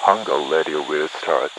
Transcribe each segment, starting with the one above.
Hango Radio will start.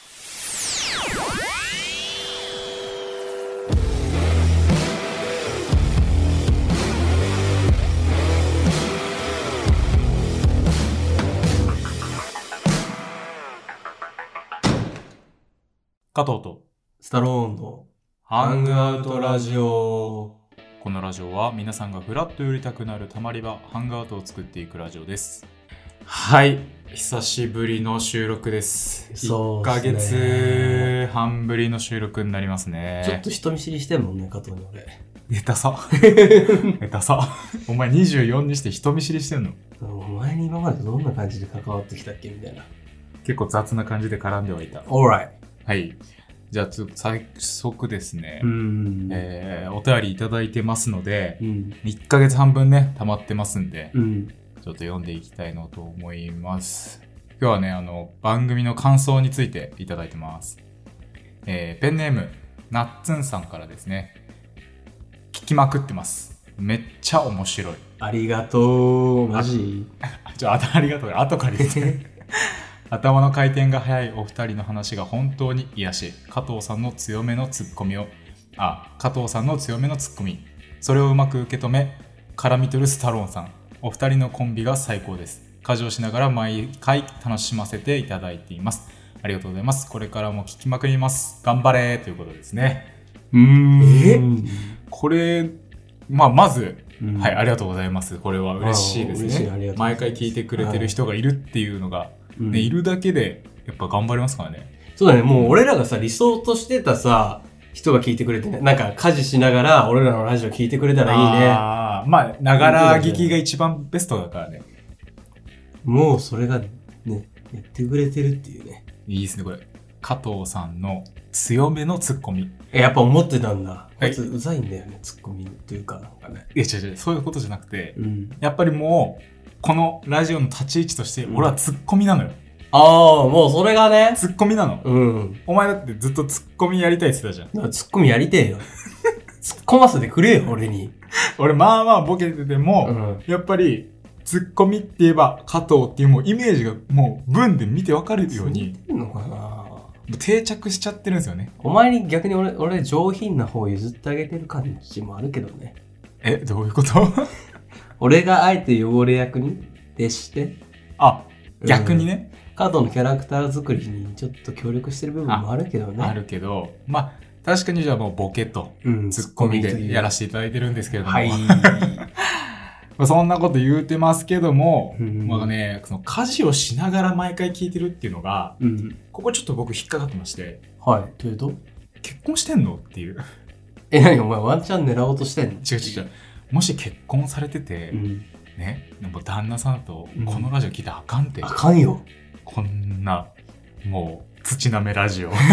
加藤とスタローンのハングアウトラジオ。 このラジオは皆さんがフラッと寄りたくなるたまり場ハングアウトを作っていくラジオです。はい、久しぶりの収録です。1ヶ月半ぶりの収録になりますね。 ちょっと人見知りしてんもんね、加藤に俺。 下手さお前24にして人見知りしてんの？ お前に今までどんな感じで関わってきたっけみたいな。 結構雑な感じで絡んではいた。 Alright。 はい、じゃあ早速ですね、お便りいただいてますので、1ヶ月半分ね溜まってますんで、ちょっと読んでいきたいのと思います。今日はね番組の感想についていただいてます。ペンネームナッツンさんからですね。聞きまくってます。めっちゃ面白い。 ありがとう。マジありがとう。後から言って頭の回転が速いお二人の話が本当に癒し、加藤さんの強めのツッコミ、それをうまく受け止め絡み取るスタローンさん、お二人のコンビが最高です。家事をしながら毎回楽しませていただいています。ありがとうございます。これからも聞きまくります。頑張れということですね。これまず、はい、ありがとうございます。これは嬉しいですね。毎回聞いてくれてる人がいるっていうのが、ね、いるだけでやっぱ頑張れますからね。 そうだね。もう俺らがさ、理想としてたさ人が聞いてくれてね、なんか家事しながら俺らのラジオ聞いてくれたらいいね。 ながら聞きが一番ベストだからね。 もうそれがねやってくれてるっていうね。 いいですねこれ。加藤さんの強めのツッコミ。 やっぱ思ってたんだ。こいつうざいんだよね、ツッコミというかなんかね。 違うそういうことじゃなくて、やっぱりもうこのラジオの立ち位置として俺はツッコミなのよ。 もうそれがね。 ツッコミなの。お前だってずっとツッコミやりたいって言ってたじゃん。 ツッコミやりてえよ。ツッコませてくれよ、俺に。 俺まあボケてても、やっぱりツッコミって言えば加藤っていうもうイメージがもう文で見て分かるように。 似てんのかな。 定着しちゃってるんですよね。 お前に逆に俺上品な方譲ってあげてる感じもあるけどね。 どういうこと？ 俺があえて汚れ役に徹して逆にね、 カードのキャラクター作りにちょっと協力してる部分もあるけどね。 あるけど確かにじゃあもうボケとツッコミでやらせていただいてるんですけれども、そんなこと言うてますけども、その家事をしながら毎回聞いてるっていうのが、ここちょっと僕引っかかってまして。 というと結婚してんのっていう。 何お前ワンチャン狙おうとしてんの？ 違う。もし結婚されてて、ね、もう旦那さんとこのラジオ聞いたらあかんって。 あかんよ。 こんなもう土なめラジオ。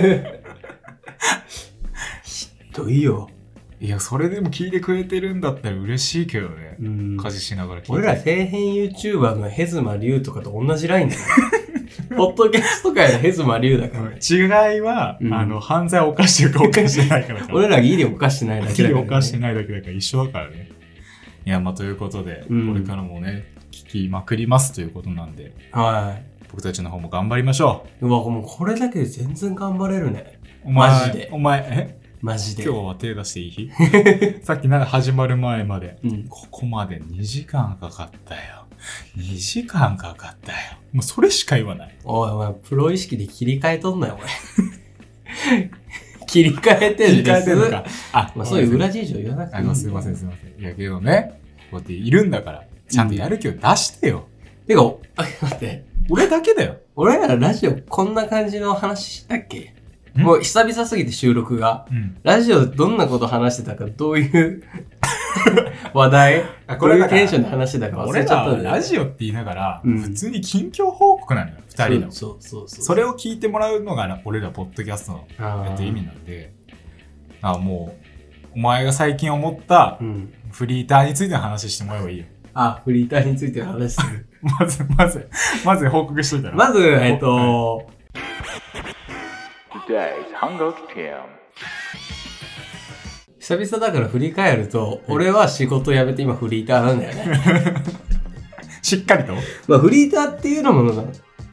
ひどいよ。 いやそれでも聞いてくれてるんだったら嬉しいけどね。家事しながら聞いて。 俺ら底辺 YouTuber のヘズマリュウとかと同じラインだよ。ポッドキャスト界のヘズマリュウだから。 違いは、犯罪を犯してるか犯してないから。 俺らギリ犯してないだけだから、ね。 ギリ犯してないだけだから一緒だからね。いやということで、これからもね聞きまくりますということなんで、僕たちの方も頑張りましょう。 もうこれだけで全然頑張れるね。 マジで。お前マジで。 今日は手出していい？さっき始まる前まで、ここまで2時間かかったよ。2時間かかったよ。もうそれしか言わない。 お前プロ意識で切り替えとんなよ、俺。切り替えてるのか。 そういう裏事情言わなくていい。 すいません。いやけどね、こうやっているんだから、ちゃんとやる気を出してよ。 てか、待って。 俺だけだよ。 俺らラジオこんな感じの話したっけ？もう久々すぎて収録が。ラジオどんなこと話してたか、どういう話題これがテンションで話してたか忘れちゃったんだよ。 俺らラジオって言いながら、普通に近況報告なのよ、二人の。それを聞いてもらうのが俺らポッドキャストのやってる意味なんで、もう、お前が最近思ったフリーターについての話してもらえばいいよ。 フリーターについての話する。 まず報告しといたら。 まず、 Today's Hango Team。 久々だから振り返ると、俺は仕事辞めて今フリーターなんだよね。 しっかりと。 フリーターっていうのも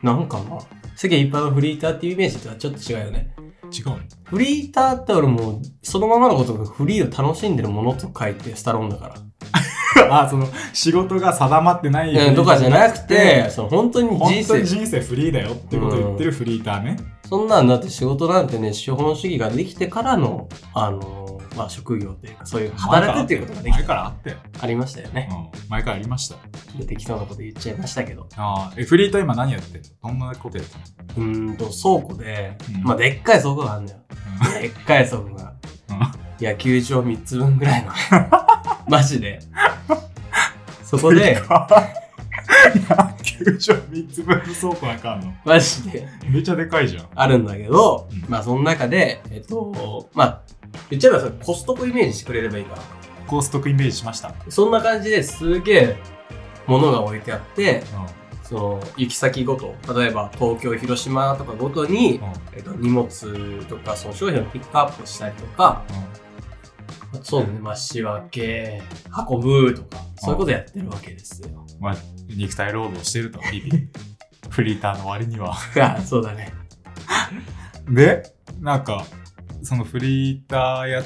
なんかまあ、世間一般のフリーターっていうイメージとはちょっと違うよね。 違うの？ フリーターって俺もう、そのままのことがフリーを楽しんでるものと書いてスタローンだから。 あ、その仕事が定まってないとかじゃなくて、その本当に人生フリーだよってことを言ってるフリーターね。 そんなんだって仕事なんてね、資本主義ができてからの、まあ職業というか、そういう働くっていうことができ前からあってありましたよね。 前からありました。 適当なこと言っちゃいましたけど。 フリーター今何やってんの？どんなことやってんの？ 倉庫で、まあでっかい倉庫があるんだよ。でっかい倉庫が。野球場3つ分ぐらいの。マジで。そこで、 野球場3つ分の倉庫なんかあんの？ マジで。 めっちゃでかいじゃん。 あるんだけど、まあその中で、まあ、言っちゃえばそれコストコイメージしてくれればいいから。 コストコイメージしました。 そんな感じですげえ物が置いてあって、その行き先ごと、例えば東京、広島とかごとに、荷物とかその商品をピックアップしたりとか、そうね、まあ仕分け、運ぶとか、そういうことやってるわけですよ。 まあ、肉体労働してると、日々。フリーターの割には。 そうだね。 で、なんか、そのフリーターやって、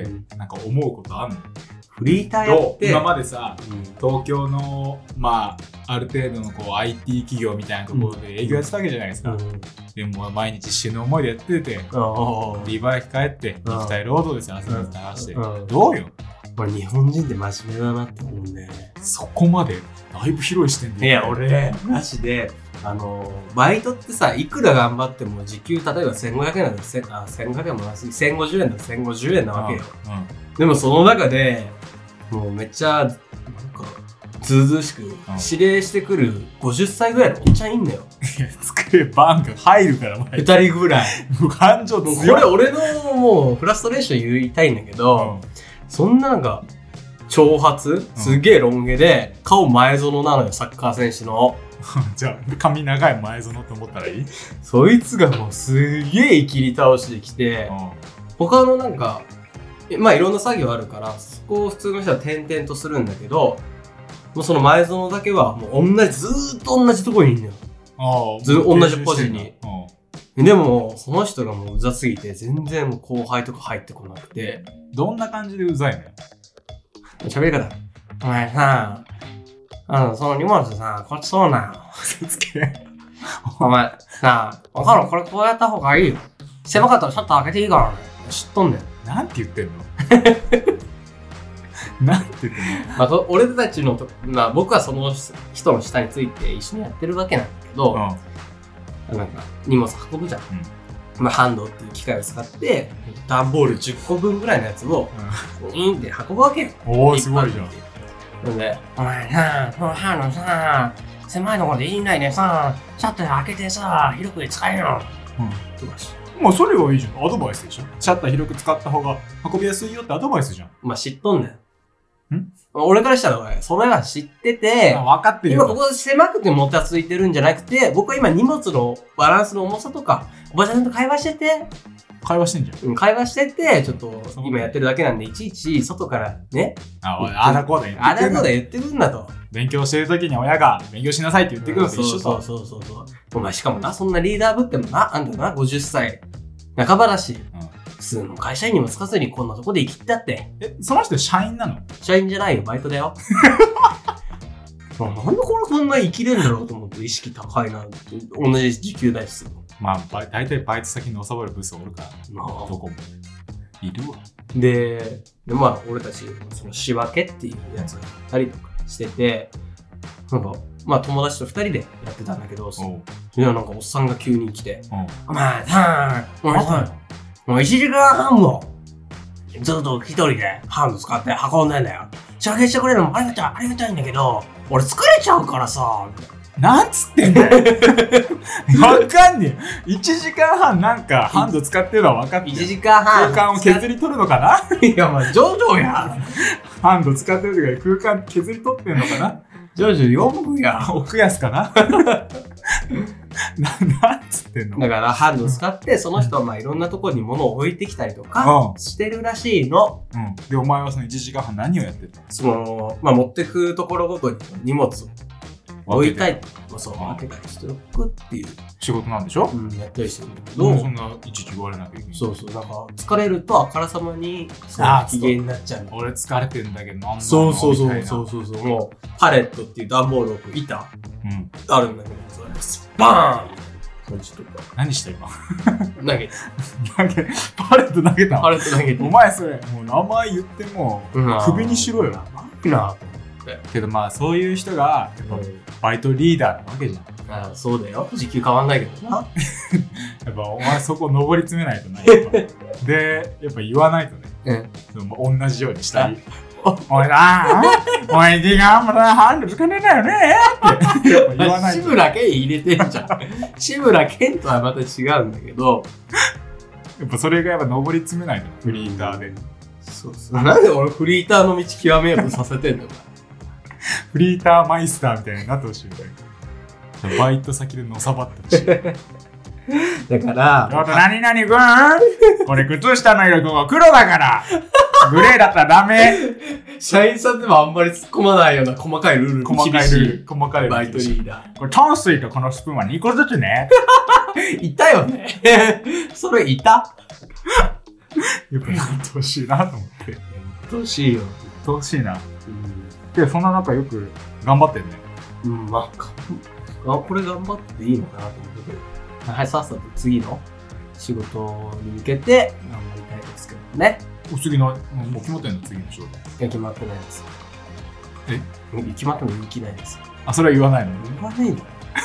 なんか思うことあんの？ フリーターやって今までさ、東京のまあある程度のこう IT 企業みたいなところで営業やってたわけじゃないですか。でも毎日死ぬ思いでやってて、リバー駅帰って肉体労働ですよ、汗水流して。どうよ？ これ日本人って真面目だなって思うんだよね。 そこまでだいぶ広い視点で。 いや俺マジでバイトってさ、いくら頑張っても時給例えば1500円だと1500円もなし1050円だと1050円なわけよ。でもその中でもうめっちゃなんかずうずうしく指令してくる50歳ぐらいのおっちゃんいんだよ。 机バンが入るから 2人ぐらい。 感情強い。 これ俺のもうフラストレーション言いたいんだけど、そんななんか長髪すげえロン毛で顔前園なのよ、サッカー選手の。 じゃあ髪長い前園って思ったらいい？ そいつがもうすげえ切り倒してきて、他のなんかまあいろんな作業あるからそこを普通の人は転々とするんだけど、もうその前園だけはもうずーっと同じとこにいんのよ。同じポジに。でもその人がもううざすぎて全然もう後輩とか入ってこなくて。 どんな感じでうざいのよ？ 喋り方。お前さ、その荷物さ、こっちそうなよ。 嘘つけ。 お前さ、わかる？これこうやった方がいいよ。狭かったらシャッター開けていいからね。知っとんねん。 なんて言ってんの？なんて言ってんの？ まあ、俺たちのまあ、僕はその人の下について一緒にやってるわけなんだけど、なんか荷物運ぶじゃん。まあ、ハンドっていう機械を使って段ボール10個分ぐらいのやつをインって運ぶわけよ。 おー、すごいじゃん。 なんで、お前さ、このハンドさ、狭いところでいいんないでさ、シャッター開けてさ、広く使えよ。とかし。 まあそれはいいじゃん。アドバイスでしょ。シャッター広く使った方が運びやすいよってアドバイスじゃん。 まあ知っとんねん。俺からしたらそれは知ってて、 分かってるよ。 今ここ狭くてもたついてるんじゃなくて、僕は今荷物のバランスの重さとか、おばちゃんと会話してて。 会話してんじゃん。 会話してて、ちょっと今やってるだけなんで、いちいち外からね。 あだこうだ言ってくんだと。 勉強してる時に親が勉強しなさいって言ってくるのと一緒と。 そう。お前しかもな、そんなリーダーぶってもな、あんたな、50歳半ばだし、普通の会社員にもつかずにこんなとこで生きてたって。 その人社員なの？ 社員じゃないよ、バイトだよ。なんでこんな生きれんだろうと思って意識高いなって、同じ時給代ですよ。 まあ、大体バイト先に収まるブスおるから、どこも。いるわ。 で、まあ、俺たち、その仕分けっていうやつをやったりとかしてて、なんか、まあ友達と2人でやってたんだけど、いや、なんかおっさんが急に来て、お前さ、もう1時間半も、ずっと一人でハンド使って運んでんだよ。仕分けしてくれるのもありがたいんだけど、俺疲れちゃうからさ、 なんつってんだよ。わかんねえ。1時間半なんかハンド使ってるのは分かってる。 1時間半。 空間を削り取るのかな？ いや、まあ、ジョジョや。 ハンド使ってる時空間削り取ってんのかな？ ジョジョ4部や。 奥安かな？なんつってんの？ だからハンド使ってその人はまあいろんなところに物を置いてきたりとかしてるらしいの。 で、お前はその1時間半何をやってたの？ まあ持ってくところごとに荷物を置いたいそう分けたりしておくっていう仕事なんでしょ。 やったりしてるんだけど、 そんないちいち言われなきゃいけない。 そうなんか疲れるとあからさまに機嫌になっちゃう。 俺疲れてんだけどなんだろう。 そうもうパレットっていう段ボールを板あるんだけど、それスパーン。 何した今？ 投げパレット投げた。 パレット投げた。 お前それもう名前言っても首にしろよ。 なと思って。 けどまあそういう人がやっぱバイトリーダーなわけじゃん。 そうだよ。時給変わんないけどな。やっぱお前そこ上り詰めないとないでやっぱ言わないとね。同じようにしたり。おいなぁ、おいでがまだハンドルかねえだよねって言わないと。 志村けん入れてんじゃん。志村けんとはまた違うんだけど、 やっぱそれがやっぱ上り詰めないと、フリーターで。 そうなんで俺フリーターの道極めようとさせてんのか。 フリーターマイスターみたいになってほしいみたいな。バイト先でのさばってほしい。 だから、 ちょっと何々くんこれ靴下の色が黒だからグレーだったらダメ。 社員さんでもあんまり突っ込まないような細かいルールに厳しい細かいバイトリーダー。これ炭水とこのスプーンは2個ずつね。 いたよね。それいた。 やっぱやってほしいなと思って。やってほしいよ。やってほしいな。でそんな中よく頑張ってんね。 まあこれ頑張っていいのかなと思って。はい、さっさと次の仕事に向けて頑張りたいですけどね。 次の、もう決まってんの次の仕事。 いや、決まってないです。決まっても人気ないです。 あ、それは言わないの？ 言わないの？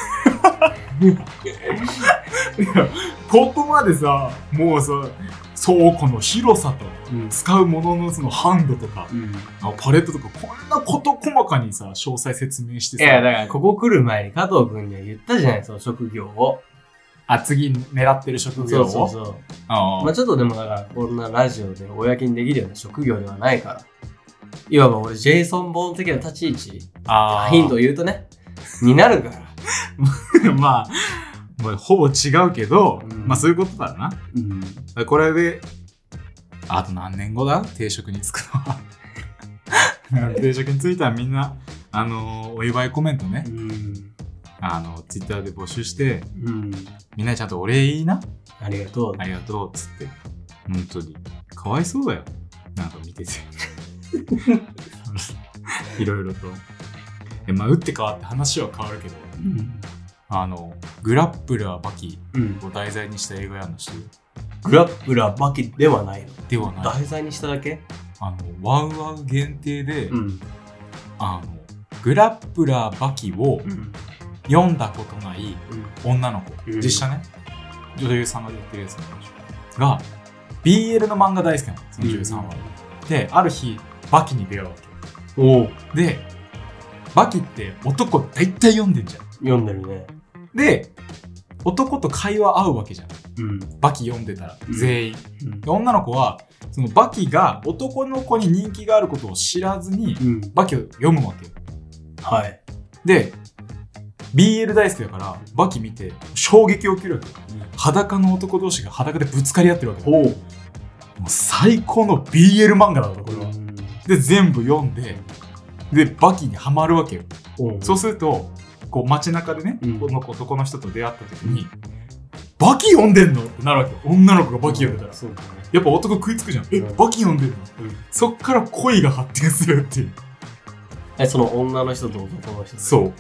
ここまでさ、もうさ、倉庫の広さと、使うもののそのハンドとか、パレットとか、こんなこと細かにさ、詳細説明してさ。 いや、だからここ来る前に加藤君には言ったじゃない、その職業を。 次狙ってる職業を。 そう。まあちょっとでもだからこんなラジオで公にできるような職業ではないから。いわば俺ジェイソン・ボーン的な立ち位置。ヒントを言うとね。になるから。 まあほぼ違うけど、まあそういうことだな。これで、あと何年後だ定職に就くのは。定職に就いたらみんな、お祝いコメントね。ツイッターで募集して、みんなちゃんとお礼言いな。 ありがとう。 ありがとうっつって。本当に。かわいそうだよ。なんか見てて。いろいろと。まあ、打って変わって話は変わるけど、グラップラーバキを題材にした映画やんのしてる。 グラップラーバキではないの？ ではない。 題材にしただけ？ ワウワウ限定で、グラップラーバキを、読んだことない女の子、実写ね、女優さんが言ってるやつが BL の漫画大好きなの、その女優さんは。で、ある日バキに出会うわけ。で、バキって男大体読んでんじゃん。 読んでるね。 で、男と会話合うわけじゃん。バキ読んでたら全員。で、女の子はそのバキが男の子に人気があることを知らずに、バキを読むわけよ。 はい。 で、BL 大好きだからバキ見て衝撃を受けるわけ、裸の男同士が裸でぶつかり合ってるわけ。もう最高の BL 漫画だとこれは。で全部読んで、でバキにハマるわけよ。そうするとこう街中でね、この男の人と出会った時に、バキ読んでんのってなるわけよ。女の子がバキ読んでたら、やっぱ男食いつくじゃん。バキ読んでるの、そっから恋が発展するっていう。 その女の人と男の人。 そう。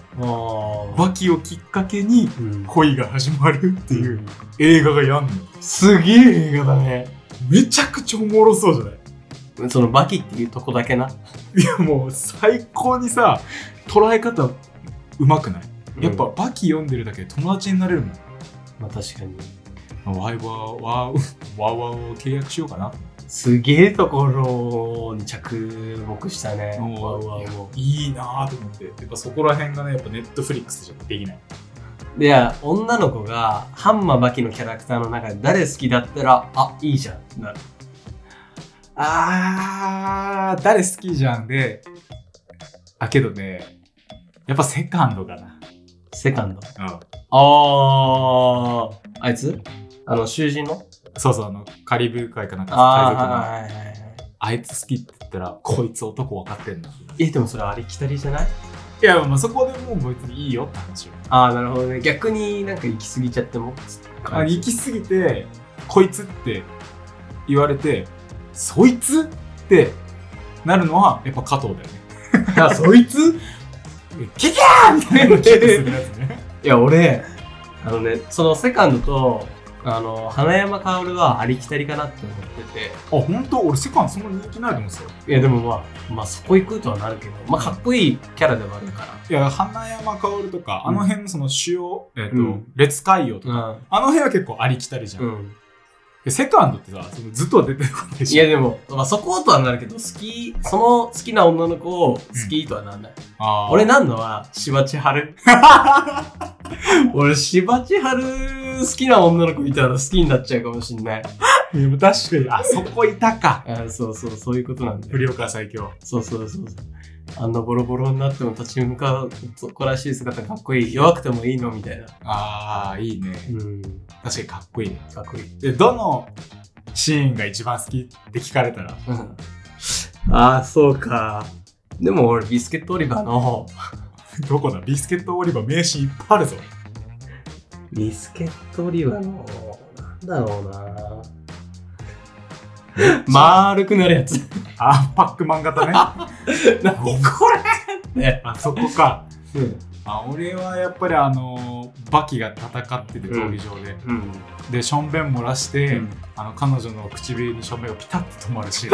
バキをきっかけに恋が始まるっていう映画がやんの。 すげえ映画だね。 めちゃくちゃおもろそうじゃない？ そのバキっていうとこだけな。 いやもう最高にさ、捉え方うまくない？やっぱバキ読んでるだけで友達になれるもん。 まあ確かに。 ワイワーワーを契約しようかな。 すげえところに着目したね。 いいなと思って。やっぱそこら辺がね、やっぱネットフリックスじゃできない。 いや、女の子がハンマーバキのキャラクターの中で誰好きだったら、あ、いいじゃんってなる。 誰好きじゃんで、けどね、やっぱセカンドかな。 セカンド？あいつ？囚人の？ そうそう、カリブ海かなんか海賊のあいつ好きって言ったら、こいつ男分かってんだ。 でもそれありきたりじゃない？ いや、まあそこでもう別にいいよって話よ。 ああ、なるほどね。逆になんか行き過ぎちゃっても。 行き過ぎて、こいつって言われて、そいつってなるのはやっぱ加藤だよね。 あ、そいつキキャーみたいなキックするやつね。 いや、俺、そのセカンドと、花山薫はありきたりかなって思ってて。 あ、本当？俺セカンドそんな人気ないと思うんですよ。 いや、でもまあそこ行くとはなるけど、まあかっこいいキャラではあるから。 いや、花山薫とか、あの辺のその主要、烈海洋とか、あの辺は結構ありきたりじゃん。セカンドってさ、ずっとは出てこないし。 いやでも、まあ、そことはなるけど、その好きな女の子を好きとはなんない。俺なんのは、柴千春。俺、柴千春好きな女の子いたら好きになっちゃうかもしんない。 でも確かに、あそこいたか。 そういうことなんだよ。 振岡最強。 そう。あんなボロボロになっても立ち向かう男らしい姿かっこいい。弱くてもいいのみたいな。 ああ、いいね。確かにかっこいいね。 かっこいい。 で、どのシーンが一番好きって聞かれたら。 ああ、そうか。でも俺、ビスケットオリバーの。 どこだ？ビスケットオリバー名シーンいっぱいあるぞ。 ビスケットオリバーの、なんだろうな。丸くなるやつ。 あ、パックマン型ね。 何これね。 あそこか。俺はやっぱりバキが戦ってて闘技場で、でしょんべん漏らして、彼女の唇にしょんべんがピタッと止まるシー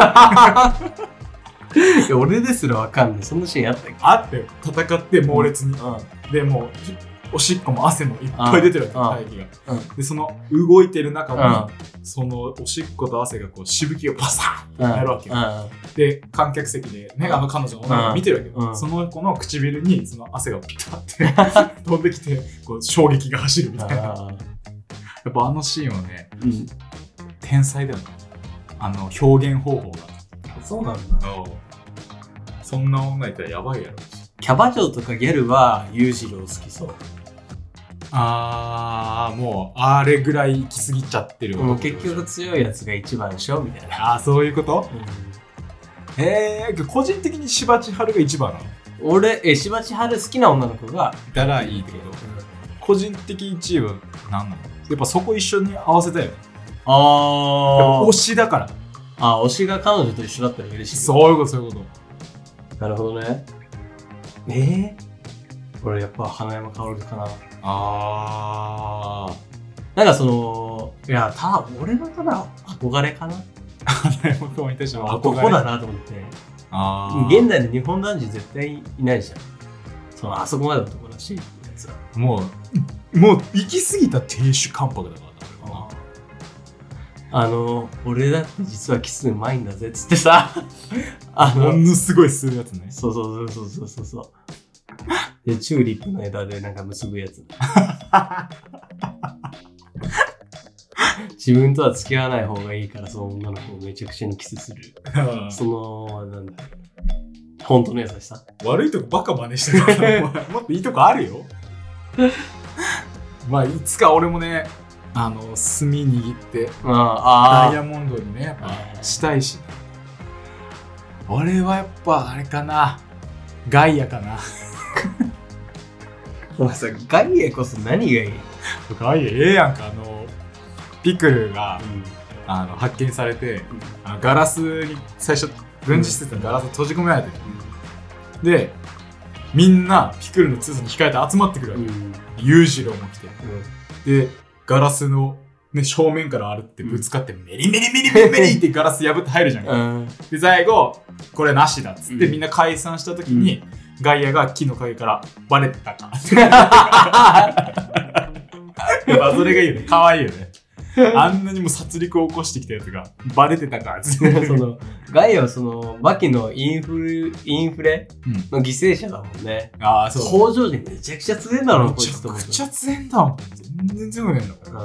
ン。 いや俺ですらわかんない。そんなシーンあったっけ？ あって戦って猛烈に、でもうおしっこも汗もいっぱい出てるわけ、大気が。でその動いてる中に、そのおしっこと汗がこうしぶきがパサッとやるわけよ。で観客席でね、彼女の女の子が見てるわけよ。その子の唇にその汗がピタッて飛んできて、こう衝撃が走るみたいな。やっぱあのシーンはね、天才だよね。表現方法が。 そうなんだ。 そんな女いたらやばいやろ。 キャバ嬢とかギャルは裕次郎好きそう。 もうあれぐらい行き過ぎちゃってる。 もう結局強いやつが一番でしょみたいな。 そういうこと？個人的に柴千春が一番なの？ 俺、柴千春好きな女の子がいたらいいけど、個人的1位は何なの？やっぱそこ一緒に合わせたよね。推しだから。 推しが彼女と一緒だったら嬉しい。 そういうこと。なるほどね。俺やっぱ花山薫かな。なんか俺はただ憧れかな。 花山薫に対しては男だなと思って。現代の日本男児絶対いないじゃん。あそこまで男らしいやつは。もう行き過ぎた亭主関白だからな。 俺だって実はキスうまいんだぜっつってさ、 ものすごい吸うやつね。 そう。で、チューリップの枝でなんか結ぶやつ。自分とは付き合わない方がいいから、その女の子をめちゃくちゃにキスする。なんだ、本当の優しさ。 悪いとこばっか真似してるからもっといいとこあるよ。まあいつか俺もね、炭握ってダイヤモンドにねやっぱしたいし、俺はやっぱあれかな、ガイアかな。 お前さ、ガイアこそ何がいい？ ガイアやんか。ピクルが、発見されて、ガラスに最初軍事施設のガラスに閉じ込められてる、でみんなピクルの強さに控えて集まってくるわけ、裕次郎も来て、でガラスの、ね、正面から歩ってぶつかって、メリメリメリメリメリってガラス破って入るじゃん。で最後これなしだっつってみんな解散した時に、ガイアが木の陰からバレてたか。やっぱそれがいいよね。可愛いよね。あんなにも殺戮を起こしてきたやつがバレてたか。 ガイアはバキのインフレの犠牲者だもんね。 そう。 工場でめちゃくちゃ強いんだろう、 こいつと。めちゃくちゃ強いんだもん。全然強いんだから。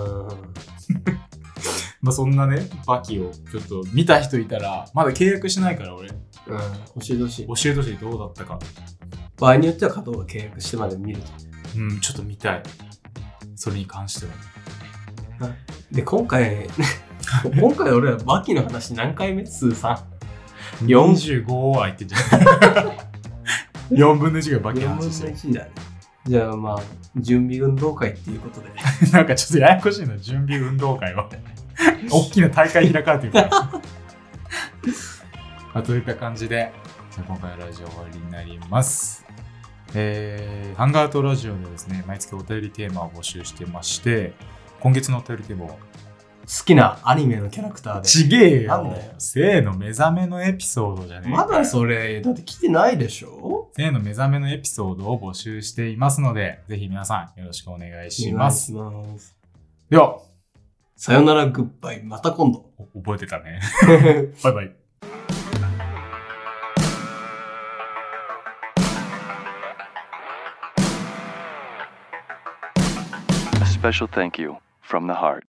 まあそんなね、バキをちょっと見た人いたら、まだ契約しないから俺。教えてほしい。 教えてほしい。どうだったか。 場合によっては加藤が契約してまで見ると。 ちょっと見たい。それに関しては。 で、今回俺らバキの話何回目？数3。45 は言ってんじゃん。 4分の1がバケ 4分のハンしてる。 1だね。じゃあまあ、準備運動会っていうことで。 なんかちょっとややこしいな、準備運動会は。大きな大会開かれてるから。まあ、といった感じで、じゃあ今回のラジオ終わりになります。ハンガーアウトラジオでですね、毎月お便りテーマを募集してまして、今月のお便りテーマは、 好きなアニメのキャラクターで。 ちげえよ。 なんだよ。 性の目覚めのエピソードじゃねえか。 まだそれ、だって来てないでしょ。 性の目覚めのエピソードを募集していますので、ぜひ皆さんよろしくお願いします。 お願いします。 では、 さよならグッバイ、また今度。 覚えてたね。バイバイ。 A special thank you from the heart.